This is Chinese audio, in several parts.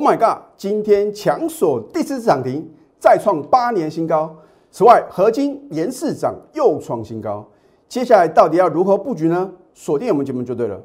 my god！ 今天强锁第4次涨停，再创8年新高。此外，合金连4涨又创新高。接下来到底要如何布局呢？锁定我们节目就对了。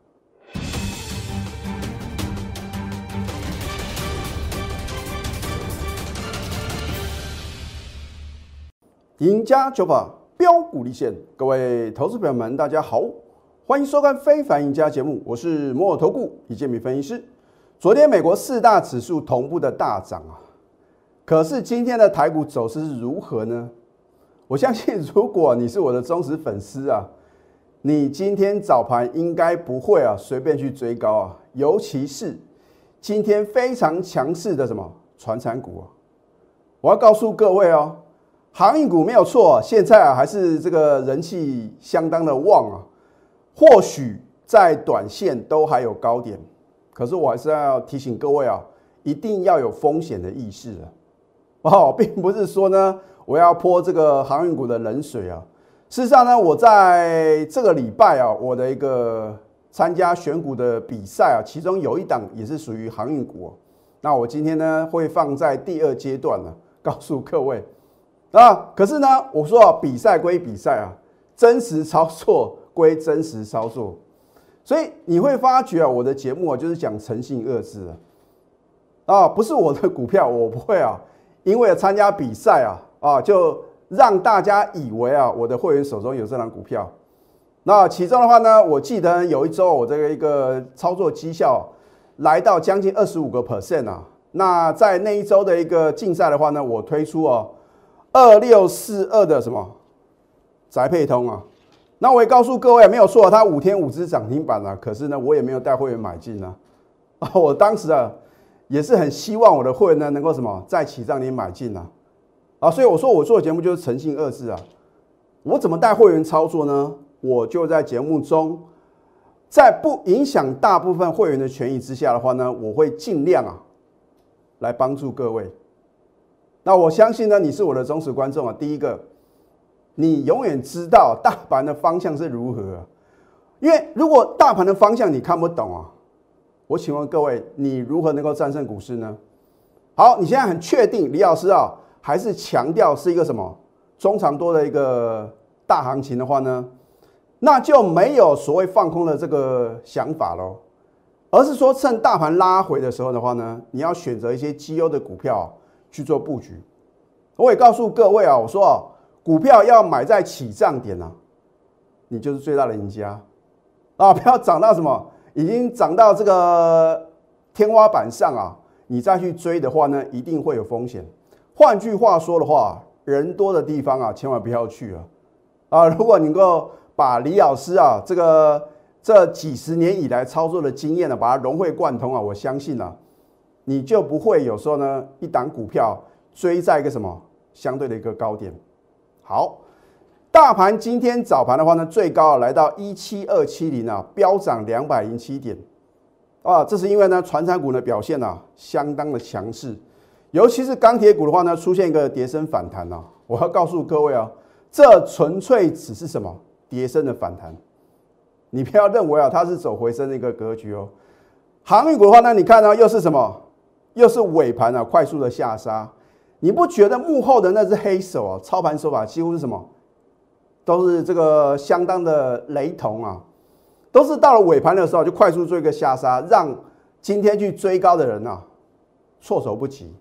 赢家九法标股立现，各位投资朋友们，大家好，欢迎收看《非凡赢家》节目，我是摩尔投顾李建民分析师。昨天美国4大指数同步的大涨啊，可是今天的台股走势是如何呢？我相信，如果你是我的忠实粉丝啊，你今天早盘应该不会啊随便去追高啊，尤其是今天非常强势的什么传产股啊，我要告诉各位哦，航运股没有错，现在啊还是这个人气相当的旺啊，或许在短线都还有高点。可是我还是要提醒各位啊，一定要有风险的意识啊！并不是说呢，我要泼这个航运股的冷水啊。事实上呢，我在这个礼拜啊，我的一个参加选股的比赛啊，其中有一档也是属于航运股哦。那我今天呢，会放在第2阶段呢，告诉各位啊。可是呢，我说啊，比赛归比赛啊，真实操作归真实操作。所以你会发觉啊，我的节目啊就是讲诚信2字啊，不是我的股票，我不会啊，因为参加比赛啊就让大家以为啊我的会员手中有这档股票。那其中的话呢，我记得有一周我这个一个操作绩效来到将近25% 啊。那在那一周的一个竞赛的话呢，我推出2642的什么宅配通啊。那我也告诉各位，没有错，它5天5只涨停板啊，可是呢，我也没有带会员买进啊。我当时啊，也是很希望我的会员呢能够什么在起涨点买进啊。所以我说我做的节目就是诚信2字啊。我怎么带会员操作呢？我就在节目中，在不影响大部分会员的权益之下的话呢，我会尽量来帮助各位。那我相信呢，你是我的忠实观众啊。第一个，你永远知道大盘的方向是如何因为如果大盘的方向你看不懂我请问各位，你如何能够战胜股市呢？好，你现在很确定李老师还是强调是一个什么中长多的一个大行情的话呢，那就没有所谓放空的这个想法咯，而是说趁大盘拉回的时候的话呢，你要选择一些绩优的股票去做布局。我也告诉各位我说股票要买在起涨点你就是最大的赢家不要涨到什么已经涨到这个天花板上你再去追的话呢，一定会有风险。换句话说的话，人多的地方千万不要去如果你能够把李老师这几十年以来操作的经验把它融会贯通我相信你就不会有时候呢一档股票追在一个什么相对的一个高点。好，大盘今天早盘的话呢，最高来到17270飙涨207点这是因为呢传产股的表现相当的强势，尤其是钢铁股的话呢出现一个跌升反弹我要告诉各位这纯粹只是什么跌升的反弹，你不要认为它是走回升的一个格局航运股的话呢，你看又是什么？又是尾盘快速的下杀。你不觉得幕后的那只黑手操盘手法几乎是什么？都是这个相当的雷同都是到了尾盘的时候就快速做一个下杀，让今天去追高的人措手不及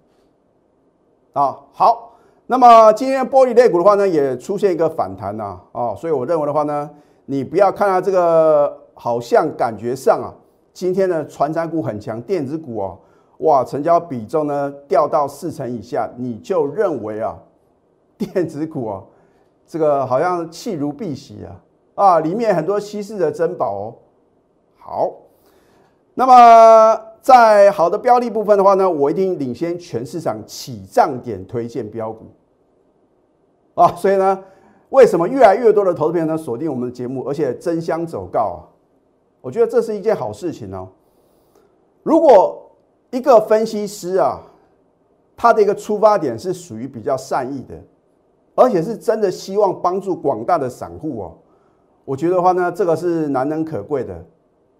好，那么今天玻璃类股的话呢，也出现一个反弹所以我认为的话呢，你不要看到这个好像感觉上今天的传产股很强，电子股哇，成交比重呢掉到40%以下，你就认为电子股这个好像弃如敝屣里面很多稀世的珍宝好，那么在好的标的部分的话呢，我一定领先全市场起涨点推荐标股所以呢，为什么越来越多的投资朋友呢锁定我们的节目，而且争相走告我觉得这是一件好事情如果一个分析师他的一个出发点是属于比较善意的，而且是真的希望帮助广大的散户我觉得的话呢，这个是难能可贵的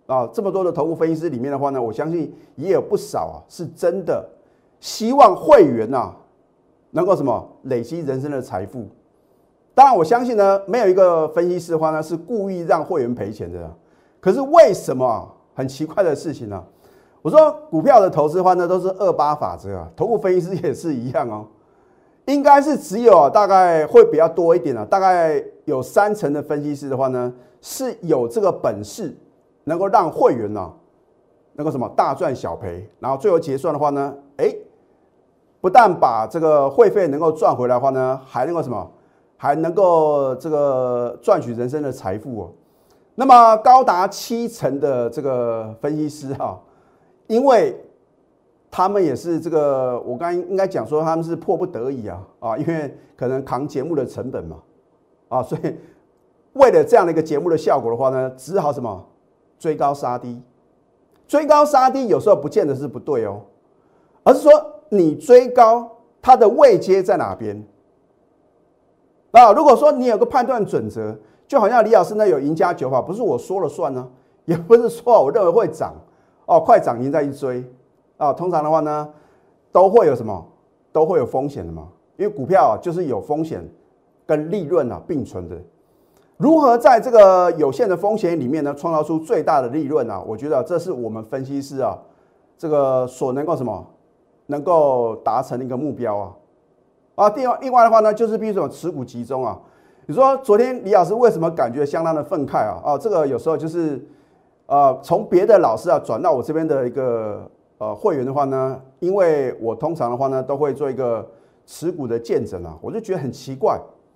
啊，这么多的投顾分析师里面的话呢，我相信也有不少啊，是真的希望会员啊能够什么累积人生的财富。当然，我相信呢，没有一个分析师的话呢是故意让会员赔钱的。可是为什么很奇怪的事情呢？我说股票的投资的话呢，都是28法则啊，投顾分析师也是一样哦。应该是只有大概会比较多一点大概有30%的分析师的话呢，是有这个本事能够让会员能够什么大赚小赔，然后最后结算的话呢，不但把这个会费能够赚回来的话呢，还能够什么，还能够这个赚取人生的财富哦。那么高达70%的这个分析师因为他们也是这个，我刚才应该讲说他们是迫不得已因为可能扛节目的成本嘛所以为了这样的一个节目的效果的话呢，只好什么追高杀低。追高杀低有时候不见得是不对哦，而是说你追高它的位阶在哪边如果说你有个判断准则，就好像李老师呢有赢家9法，不是我说了算呢，也不是说我认为会涨快涨停再去追通常的话呢都会有什么，都会有风险的嘛，因为股票就是有风险跟利润并存的。如何在这个有限的风险里面呢，创造出最大的利润我觉得这是我们分析师这个所能够什么，能够达成的一个目标另外的话呢，就是必须什么持股集中你说昨天李老师为什么感觉相当的愤慨这个有时候就是从别的老师转到我这边的一个会员的话呢，因为我通常的话呢都会做一个持股的见证我就觉得很奇怪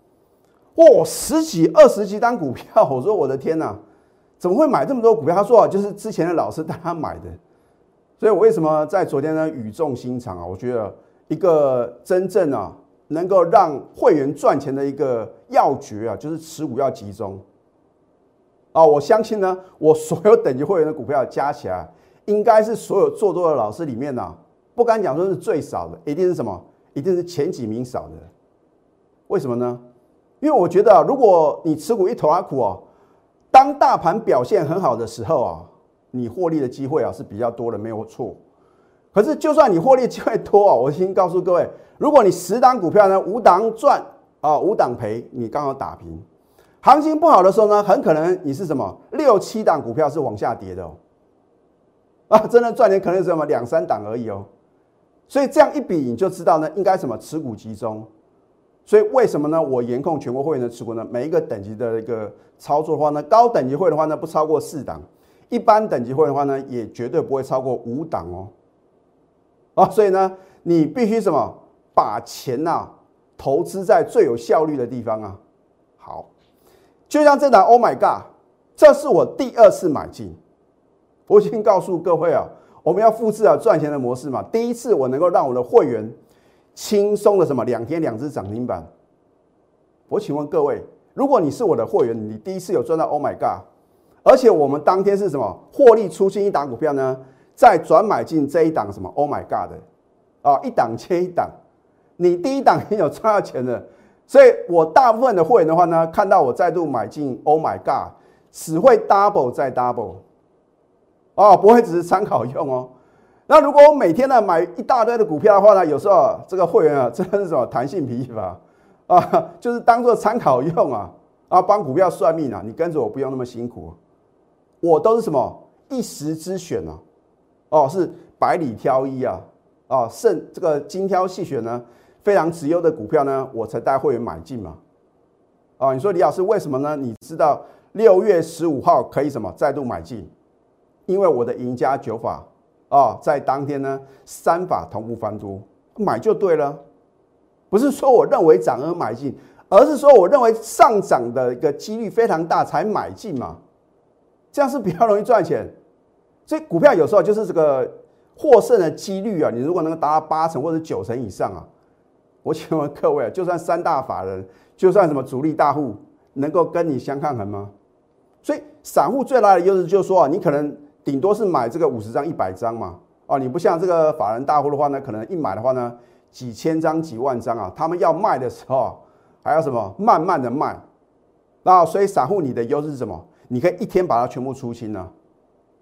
，10几20几单股票，我说我的天哪，怎么会买这么多股票？他说就是之前的老师带他买的。所以我为什么在昨天呢语重心长我觉得一个真正能够让会员赚钱的一个要诀就是持股要集中我相信呢，我所有等级会员的股票加起来，应该是所有做多的老师里面不敢讲说是最少的，一定是什么？一定是前几名少的。为什么呢？因为我觉得如果你持股一头拉苦当大盘表现很好的时候你获利的机会是比较多的，没有错。可是就算你获利机会多我先告诉各位，如果你10档股票呢5档赚5档赔，你刚好打平。行情不好的时候呢，很可能你是什么6、7档股票是往下跌的真的赚钱可能是什么2、3档而已所以这样一比你就知道呢，应该什么持股集中。所以为什么呢？我严控全国会员的持股呢？每一个等级的一个操作的话呢，高等级会的话呢不超过4档，一般等级会的话呢也绝对不会超过5档所以呢，你必须什么把钱投资在最有效率的地方好，就像这档 Oh my God， 这是我第2次买进。我已经告诉各位我们要复制赚钱的模式嘛。第一次我能够让我的会员轻松的什么2天2只涨停板。我请问各位，如果你是我的会员，你第一次有赚到 Oh my God， 而且我们当天是什么获利出清一档股票呢，再转买进这一档什么 Oh my God 的一档接一档，你第一档已经有赚到钱的。所以我大部分的会员的话呢，看到我再度买进 Oh my God， 只会 double 再 double不会只是参考用那如果我每天呢买一大堆的股票的话呢，有时候这个会员真的是什么弹性疲乏就是当做参考用帮股票算命你跟着我不用那么辛苦我都是什么一时之选是百里挑一这个精挑细选呢，非常质优的股票呢，我才带会员买进嘛你说李老师为什么呢？你知道6月15号可以什么再度买进？因为我的赢家9法在当天呢3法同步翻多，买就对了。不是说我认为涨而买进，而是说我认为上涨的一个几率非常大才买进嘛，这样是比较容易赚钱。所以股票有时候就是这个获胜的几率你如果能够达到8成或者9成以上我请问各位就算3大法人，就算什么主力大户，能够跟你相抗衡吗？所以散户最大的优势就是说你可能顶多是买这个50张100张嘛你不像这个法人大户的话呢，可能一买的话呢几千张几万张他们要卖的时候还要什么慢慢的卖所以散户你的优势是什么？你可以一天把它全部出清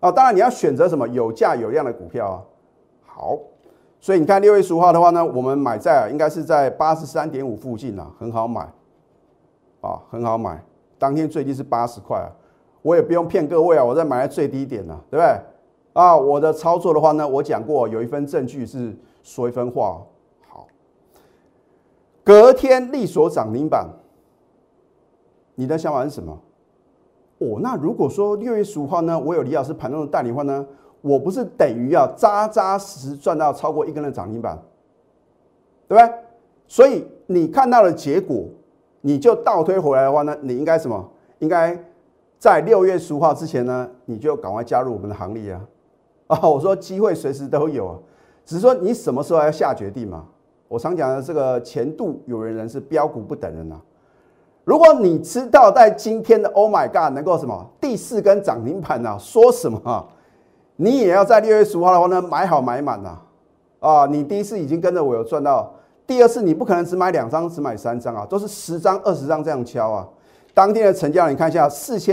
啊。当然你要选择什么有价有量的股票啊。好，所以你看6月15号的话呢，我们买在应该是在83.5附近啊，很好买啊，很好买。当天最低是80块啊，我也不用骗各位啊，我在买在最低点啊，对不对？啊，我的操作的话呢，我讲过有一份证据是说一分话。好，隔天力所涨停板，你的想法是什么？哦，那如果说6月15号呢，我有李老师盘中的带领的话呢，我不是等于啊扎扎实实赚到超过1根的涨停板，对不对？所以你看到的结果，你就倒推回来的话呢，你应该什么？应该在6月15号之前呢，你就赶快加入我们的行列啊！啊，我说机会随时都有啊，只是说你什么时候要下决定嘛。我常讲的这个前度有缘人是标股不等人啊。如果你知道在今天的 Oh my God 能够什么第4根涨停板啊，说什么啊，你也要在6月15号的话呢买好买满啊。啊，你第一次已经跟着我有赚到，第二次你不可能只买2张，只买3张啊，都是10张、20张这样敲啊。当天的成交你看一下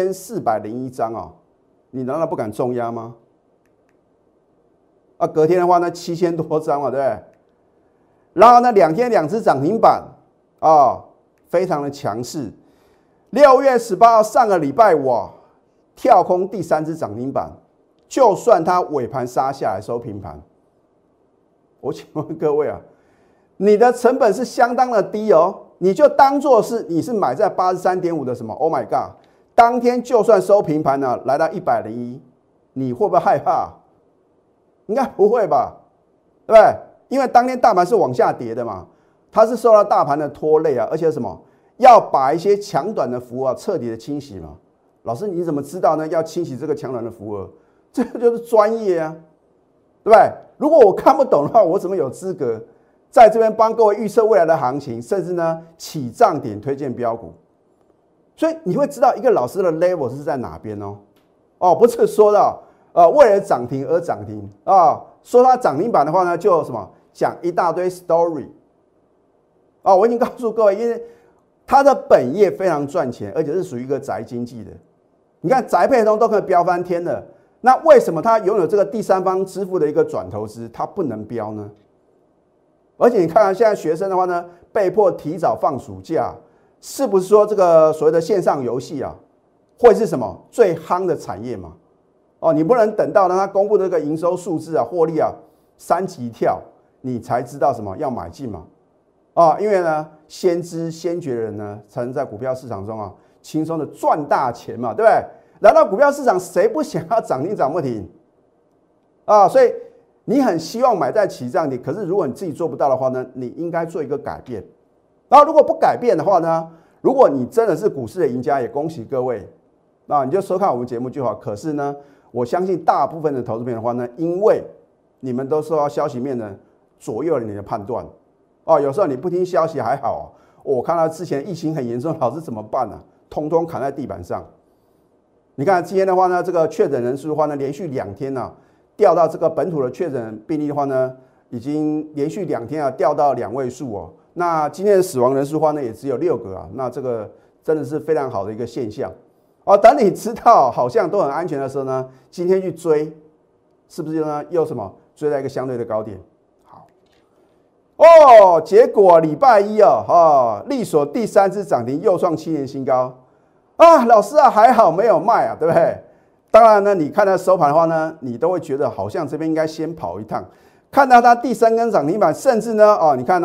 4401张啊，你难道不敢重压吗？啊，隔天的话呢7000多张嘛，对不对？然后呢2天2只涨停板啊，非常的强势。6月18号上个礼拜哇，跳空第3只涨停板，就算它尾盘杀下来收平盘，我请问各位啊，你的成本是相当的低哦，你就当作是你是买在83.5的什么 Oh my God， 当天就算收平盘呢，来到101，你会不会害怕？应该不会吧，对不对？因为当天大盘是往下跌的嘛，它是受到大盘的拖累啊，而且什么要把一些强短的符啊彻底的清洗嘛。老师你怎么知道呢？要清洗这个强短的符额，这个就是专业啊，对不对？如果我看不懂的话，我怎么有资格在这边帮各位预测未来的行情，甚至呢起涨点推荐标股？所以你会知道一个老师的 level 是在哪边哦。哦，不是说到为了涨停而涨停啊，说它涨停板的话呢，就什么讲一大堆 story 啊。我已经告诉各位，因为它的本业非常赚钱，而且是属于一个宅经济的。你看宅配通都可以飙翻天了，那为什么它拥有这个第三方支付的一个转投资，它不能飙呢？而且你看看现在学生的话呢，被迫提早放暑假，是不是说这个所谓的线上游戏啊，会是什么最夯的产业嘛？哦，你不能等到呢他公布的这个营收数字啊、获利啊3级跳，你才知道什么要买进嘛？啊，因为呢先知先觉的人呢，才能在股票市场中啊轻松的赚大钱嘛，对不对？来到股票市场，谁不想要涨停涨不停啊？所以你很希望买在起涨点，可是如果你自己做不到的话呢，你应该做一个改变。然后如果不改变的话呢，如果你真的是股市的赢家，也恭喜各位，那你就收看我们节目就好。可是呢，我相信大部分的投资朋友的话呢，因为你们都受到消息面呢左右了你的判断哦。有时候你不听消息还好我看到之前疫情很严重，老师怎么办呢？通通砍在地板上。你看今天的话呢，这个确诊人数的话呢，连续2天掉到这个本土的确诊病例的话呢，已经连续2天掉到2位数哦。那今天的死亡人数的话呢，也只有6个那这个真的是非常好的一个现象哦。等你知道好像都很安全的时候呢，今天去追，是不是呢？又什么追在一个相对的高点？好哦，结果礼拜一力所第3只涨停，又创7年新高啊！老师还好没有卖对不对？当然呢，你看到收盘的话呢，你都会觉得好像这边应该先跑一趟。看到它第3根涨停板，甚至呢你看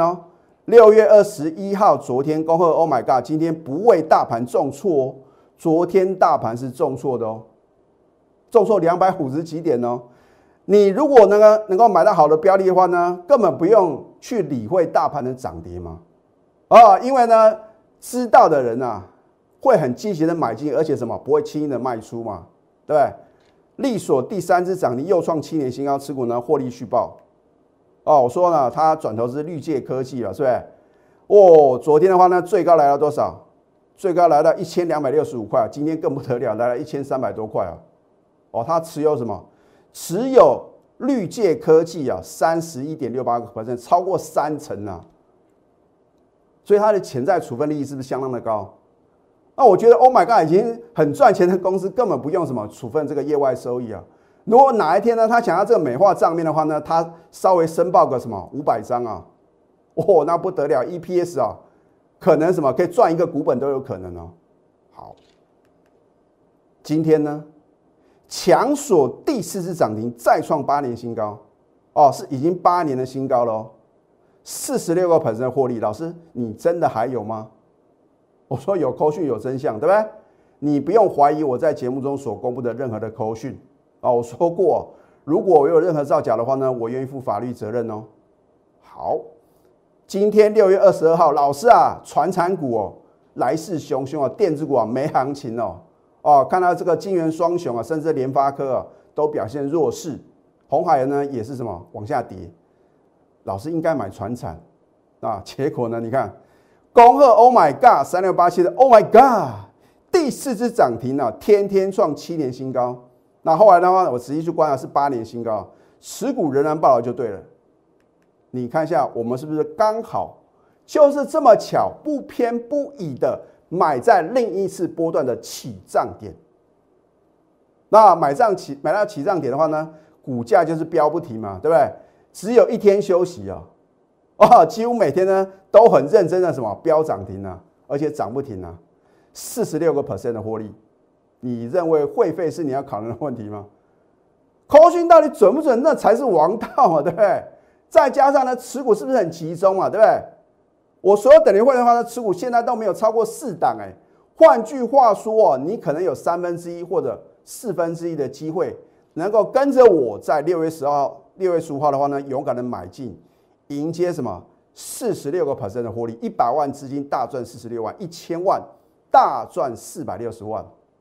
6月21号昨天恭贺 Oh my God， 今天不为大盘重挫昨天大盘是重挫的重挫250几点你如果能够买到好的标的的话呢，根本不用去理会大盘的涨跌嘛因为呢知道的人会很积极的买进，而且什么不会轻易的卖出嘛，对不对？力所第3只涨停，又创7年新高，持股呢获利续报我说呢，它转投资绿界科技了，是不是？昨天的话呢，最高来到多少？最高来到1265块，今天更不得了，来了1300多块它持有什么？持有绿界科技31.68%，超过30%所以它的潜在处分利益是不是相当的高？那我觉得 Oh my God 已经很赚钱的公司，根本不用什么处分这个业外收益如果哪一天呢，他想要这个美化账面的话呢，他稍微申报个什么500张啊，哦，那不得了 ，EPS 啊，可能什么可以赚一个股本都有可能哦。好，今天呢，强索第4次涨停，再创8年新高，哦，是已经8年的新高了哦，46% 的获利。老师，你真的还有吗？我说有扣讯有真相，对不对？你不用怀疑我在节目中所公布的任何的扣讯啊，我说过，如果我有任何造假的话呢，我愿意负法律责任哦。好，今天6月22号，老师啊，传产股哦来势汹汹啊，电子股啊没行情哦。哦，看到这个晶圆双雄啊，甚至联发科啊都表现弱势，鸿海呢也是什么往下跌。老师应该买传产啊，结果呢，你看恭贺 ，Oh my God，3687的 Oh my God。第4只涨停啊，天天创7年新高。那后来的话，我仔细去观察是8年新高，持股仍然爆了就对了。你看一下，我们是不是刚好就是这么巧，不偏不倚的买在另一次波段的起涨点？那买到起涨点的话呢，股价就是飙不停嘛，对不对？只有一天休息啊，哦，几乎每天呢都很认真的什么飙涨停啊，而且涨不停啊。46% 的获利，你认为会费是你要考虑的问题吗？扣讯到底准不准？那才是王道啊，对不对？再加上呢，持股是不是很集中啊，对不对？我所有等级会员的话呢，持股现在都没有超过4档，换句话说，你可能有1/3或者1/4的机会，能够跟着我在6月10号、6月15号的话呢，勇敢的买进，迎接什么46% 的获利，100万资金大赚46万，1000万。大赚460万。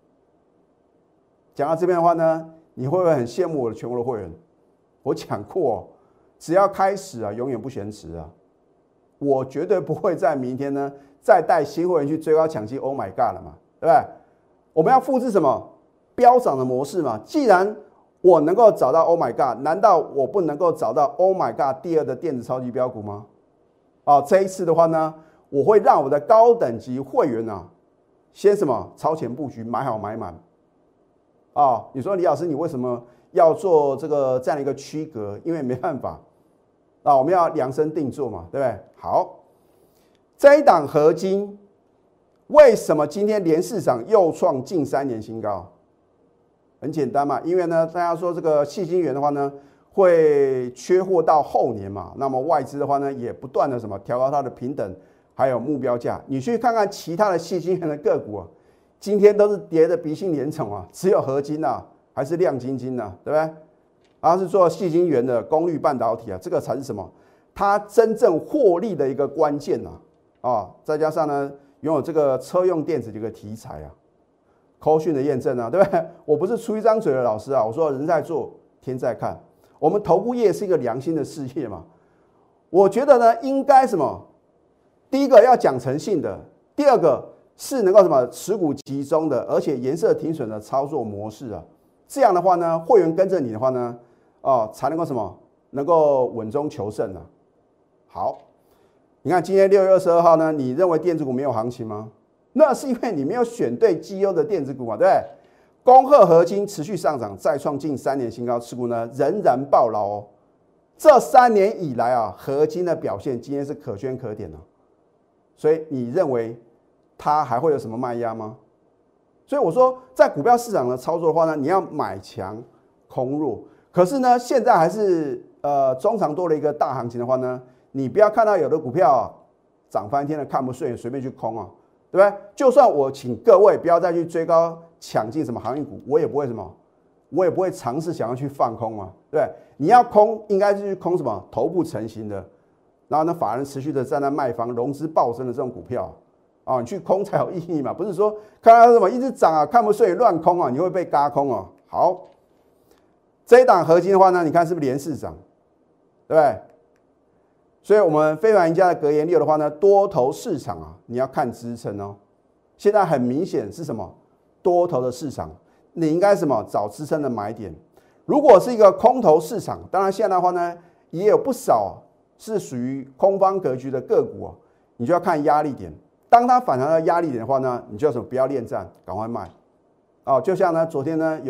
讲到这边的话呢，你会不会很羡慕我的全国的会员？我讲过，只要开始啊，永远不嫌迟啊。我绝对不会在明天呢再带新会员去追高抢进 ，Oh my God 了嘛，对不对？我们要复制什么飙涨的模式嘛？既然我能够找到 Oh my God， 难道我不能够找到 Oh my God 第2的电子超级标股吗？啊，这一次的话呢，我会让我的高等级会员啊。先什么超前布局，买好买满啊！你说李老师，你为什么要做这样的一个区隔？因为没办法啊，我们要量身定做嘛，对不对？好，这一档合金为什么今天连市场又创近3年新高？很简单嘛，因为呢，大家说这个矽晶圆的话呢，会缺货到后年嘛，那么外资的话呢，也不断的什么调高它的平等。还有目标价，你去看看其他的矽晶圆的个股啊，今天都是跌的鼻青脸肿啊，只有合金啊还是亮晶晶啊，对不对？它是做矽晶圆的功率半导体啊，这个才是什么？它真正获利的一个关键啊！再加上呢，拥有这个车用电子的一个题材啊，扣讯的验证啊，对不对？我不是出一张嘴的老师啊，我说人在做，天在看。我们投顾业是一个良心的事业嘛，我觉得呢，应该什么？第一个要讲诚信的，第二个是能够什么持股集中的，而且颜色停损的操作模式啊。这样的话呢，会员跟着你的话呢，才能够什么能够稳中求胜啊。好，你看今天6月22号呢，你认为电子股没有行情吗？那是因为你没有选对绩优的电子股嘛，对不对？恭贺合金持续上涨，再创近3年新高，持股呢仍然抱牢哦。这3年以来啊，合金的表现今天是可圈可点的。所以你认为它还会有什么卖压吗？所以我说，在股票市场的操作的话呢，你要买强空弱。可是呢，现在还是中长多的一个大行情的话呢，你不要看到有的股票涨翻天了看不顺眼，随便去空啊，对不对？就算我请各位不要再去追高抢进什么航运股，我也不会什么，我也不会尝试想要去放空嘛，对不对？你要空，应该是去空什么头部成型的。然后呢，法人持续的站在卖方，融资暴增的这种股票啊，你去空才有意义嘛？不是说看到什么一直涨啊，看不顺眼乱空啊，你会被嘎空啊。好，这一档合金的话呢，你看是不是连市涨，对不对？所以我们非凡赢家的格言6的话呢，多头市场啊，你要看支撑哦。现在很明显是什么？多头的市场，你应该什么找支撑的买点。如果是一个空头市场，当然现在的话呢，也有不少是属于空方格局的个股你就要看压力点。当它反弹到压力点的话呢，你就要什么不要恋战，赶快卖。就像呢昨天呢有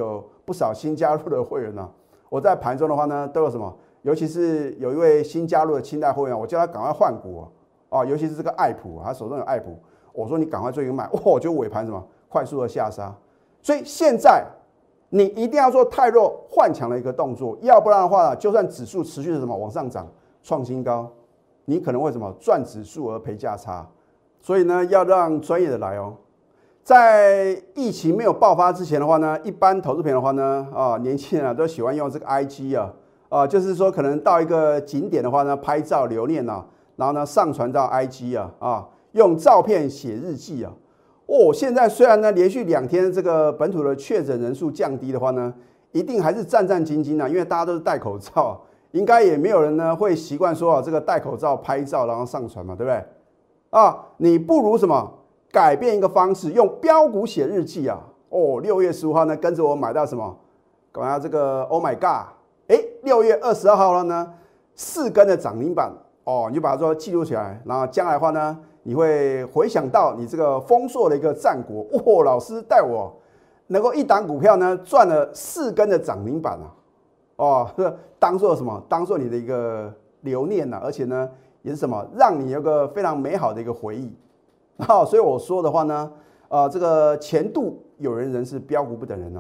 不少新加入的会员呢，我在盘中的话呢，都有什么？尤其是有一位新加入的清代会员，我叫他赶快换股尤其是这个爱普，他手中有爱普，我说你赶快做一个买，我就尾盘什么快速的下杀。所以现在你一定要做太弱换强的一个动作，要不然的话，就算指数持续的什么往上涨，创新高，你可能会什么赚指数而赔价差。所以呢，要让专业的来在疫情没有爆发之前的话呢，一般投资朋友的话呢，年轻人都喜欢用这个 IG 就是说可能到一个景点的话呢，拍照留念然后呢上传到 IG 用照片写日记现在虽然呢连续2天这个本土的确诊人数降低的话呢，一定还是战战兢兢因为大家都是戴口罩，应该也没有人呢会习惯说这个戴口罩拍照然后上传嘛，对不对？你不如什么改变一个方式，用标股写日记6月15号呢，跟着我买到什么？买到这个 Oh my God！6月22号了呢，4根的涨停板你就把它说记录起来，然后将来的话呢，你会回想到你这个丰硕的一个战果老师带我能够一档股票呢赚了4根的涨停板当做什么？当做你的一个留念而且呢也是什么？让你有个非常美好的一个回忆所以我说的话呢，这个前度有人是标股不等人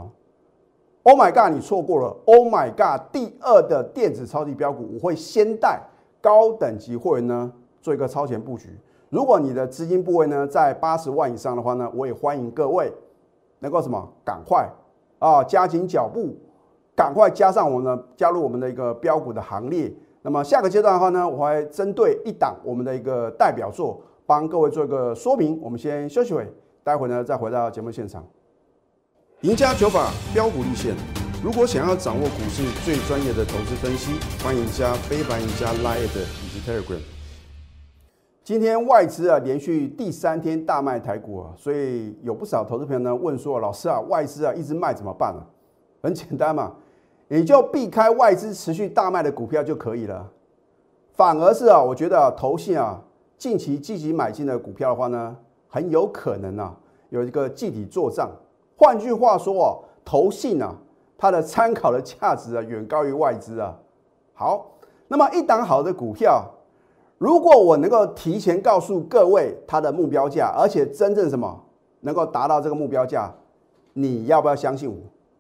Oh my God， 你错过了 Oh my God 第2的电子超级标股，我会先带高等级会员呢做一个超前布局。如果你的资金部位呢在80万以上的话呢，我也欢迎各位能够什么赶快加紧脚步，赶快加入我们的一个标股的行列。那么下个阶段的话呢，我会针对一档我们的一个代表作帮各位做一个说明。我们先休息会，待会呢再回到节目现场。赢家九法标股立线，如果想要掌握股市最专业的投资分析，欢迎加非凡赢家 Line 以及 Telegram。今天外资连续第3天大卖台股所以有不少投资朋友呢问说，老师外资一直卖怎么办很简单嘛，你就避开外资持续大卖的股票就可以了。反而是我觉得投信近期积极买进的股票的话呢，很有可能有一个集体做账。换句话说投信它的参考的价值远高于外资好，那么一档好的股票，如果我能够提前告诉各位它的目标价，而且真正什么能够达到这个目标价，你要不要相信我？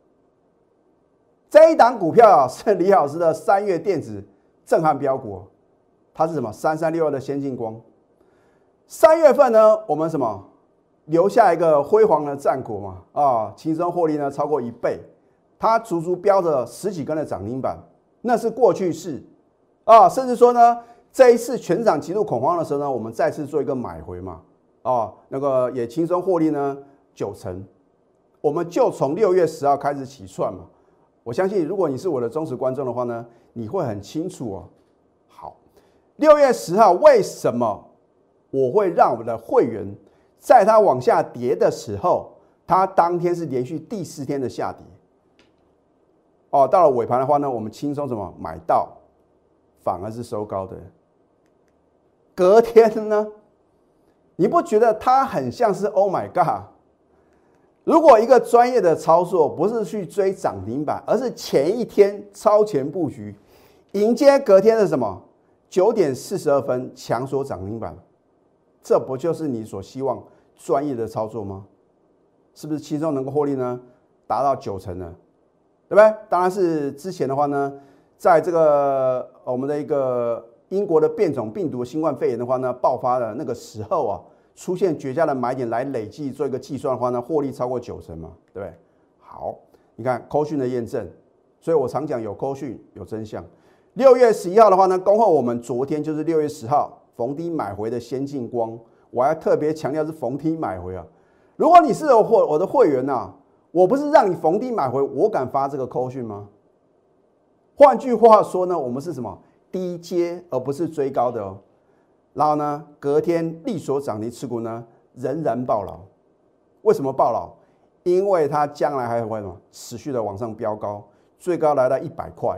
这一档股票是李老师的3月电子震撼标股它是什么？3362的先进光。3月份呢，我们什么留下一个辉煌的战果嘛轻松获利呢超过1倍，它足足标着10几根的涨停板，那是过去式甚至说呢，这一次全场极度恐慌的时候呢，我们再次做一个买回嘛那个也轻松获利呢9成，我们就从6月10号开始起算嘛。我相信如果你是我的忠实观众的话呢，你会很清楚好，6月10号为什么我会让我们的会员在它往下跌的时候，它当天是连续第4天的下跌到了尾盘的话呢，我们轻松什么买到，反而是收高的。隔天呢，你不觉得它很像是 Oh my God？ 如果一个专业的操作不是去追涨停板，而是前一天超前布局，迎接隔天的什么9点42分强锁涨停板，这不就是你所希望专业的操作吗？是不是轻松能够获利呢？达到9成呢？对不对？当然是之前的话呢，在这个我们的一个英国的变种病毒新冠肺炎的话呢爆发的那个时候出现绝佳的买点来累计做一个计算的话呢，获利超过9成嘛，对不对？好，你看扣讯的验证，所以我常讲有扣讯有真相。6月11号的话呢，恭贺我们昨天就是6月10号逢低买回的先进光，我还特别强调是逢低买回如果你是我的会员我不是让你逢低买回，我敢发这个扣讯吗？换句话说呢，我们是什么低接而不是追高的然后呢，隔天力所涨停持股呢仍然抱牢。为什么抱牢？因为它将来还会什么持续的往上飙高，最高来到100块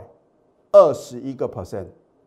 ，21%。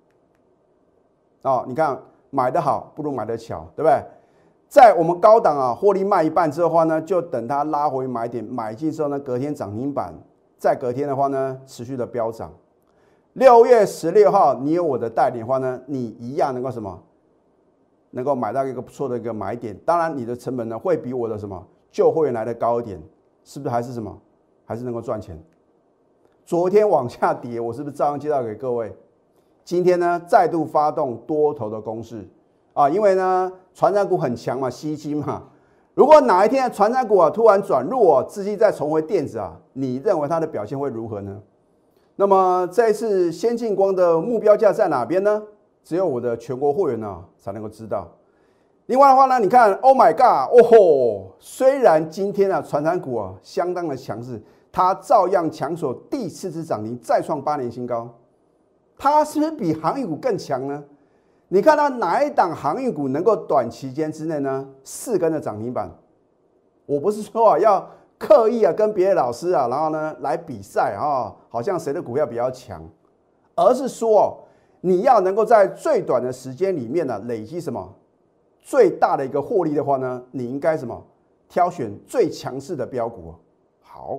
你看买得好不如买得巧，对不对？在我们高档获利卖一半之后的话呢，就等它拉回买点，买进之后呢，隔天涨停板在隔天的话呢，持续的飙涨。6月16号，你有我的带领的话呢，你一样能够什么？能够买到一个不错的一个买点。当然，你的成本呢会比我的什么旧会员来的高一点，是不是还是什么？还是能够赚钱？昨天往下跌，我是不是照样介绍给各位？今天呢，再度发动多头的攻势啊，因为呢，传产股很强嘛，吸金嘛。如果哪一天的传产股突然转弱，资金再重回电子你认为它的表现会如何呢？那么这一次先进光的目标价在哪边呢？只有我的全国会员才能够知道。另外的话呢，你看 ，Oh my God， 哦吼！虽然今天传产股相当的强势，它照样强守第4次涨停，再创8年新高。它是不是比航运股更强呢？你看到哪一档航运股能够短期间之内呢4根的涨停板？我不是说要刻意跟别的老师然后呢来比赛好像谁的股票比较强，而是说你要能够在最短的时间里面累积什么最大的一个获利的话呢，你应该什么挑选最强势的标股。好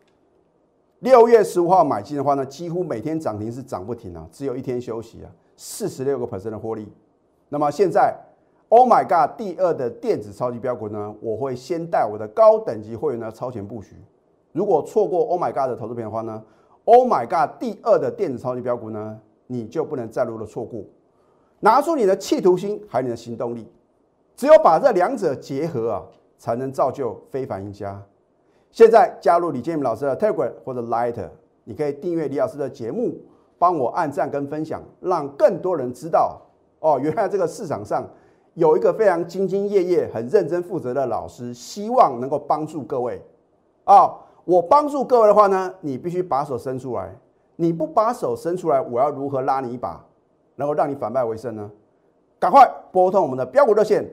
，6月15号买进的话呢，几乎每天涨停是涨不停只有一天休息46% 的获利。那么现在 Oh my God 第2的电子超级标股呢，我会先带我的高等级会员呢超前布局。如果错过 Oh my God 的投资片的话呢， Oh my God 第2的电子超级标股呢，你就不能再度的错过。拿出你的企图心还有你的行动力，只有把这2者结合才能造就非凡赢家。现在加入李建明老师的 Telegram 或者 Light， 你可以订阅李老师的节目，帮我按赞跟分享，让更多人知道原来这个市场上有一个非常兢兢业业、很认真负责的老师，希望能够帮助各位我帮助各位的话呢，你必须把手伸出来，你不把手伸出来，我要如何拉你一把，能够让你反败为胜呢？赶快拨通我们的标股热线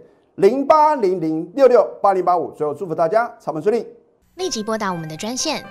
0800668085，最后祝福大家操盘顺利。 立即拨打我们的专线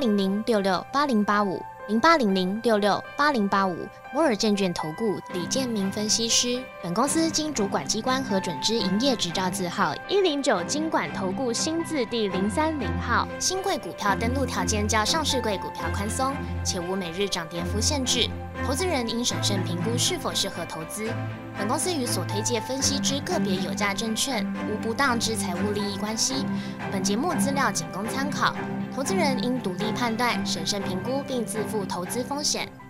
0800668085，0800668085，摩尔证券投顾李建明分析师。本公司经主管机关核准之营业执照字号109金管投顾新字第030号。新贵股票登录条件较上市贵股票宽松，且无每日涨跌幅限制。投资人应审慎评估是否适合投资。本公司与所推介分析之个别有价证券无不当之财务利益关系。本节目资料仅供参考，投资人应独立判断、审慎评估并自负投资风险。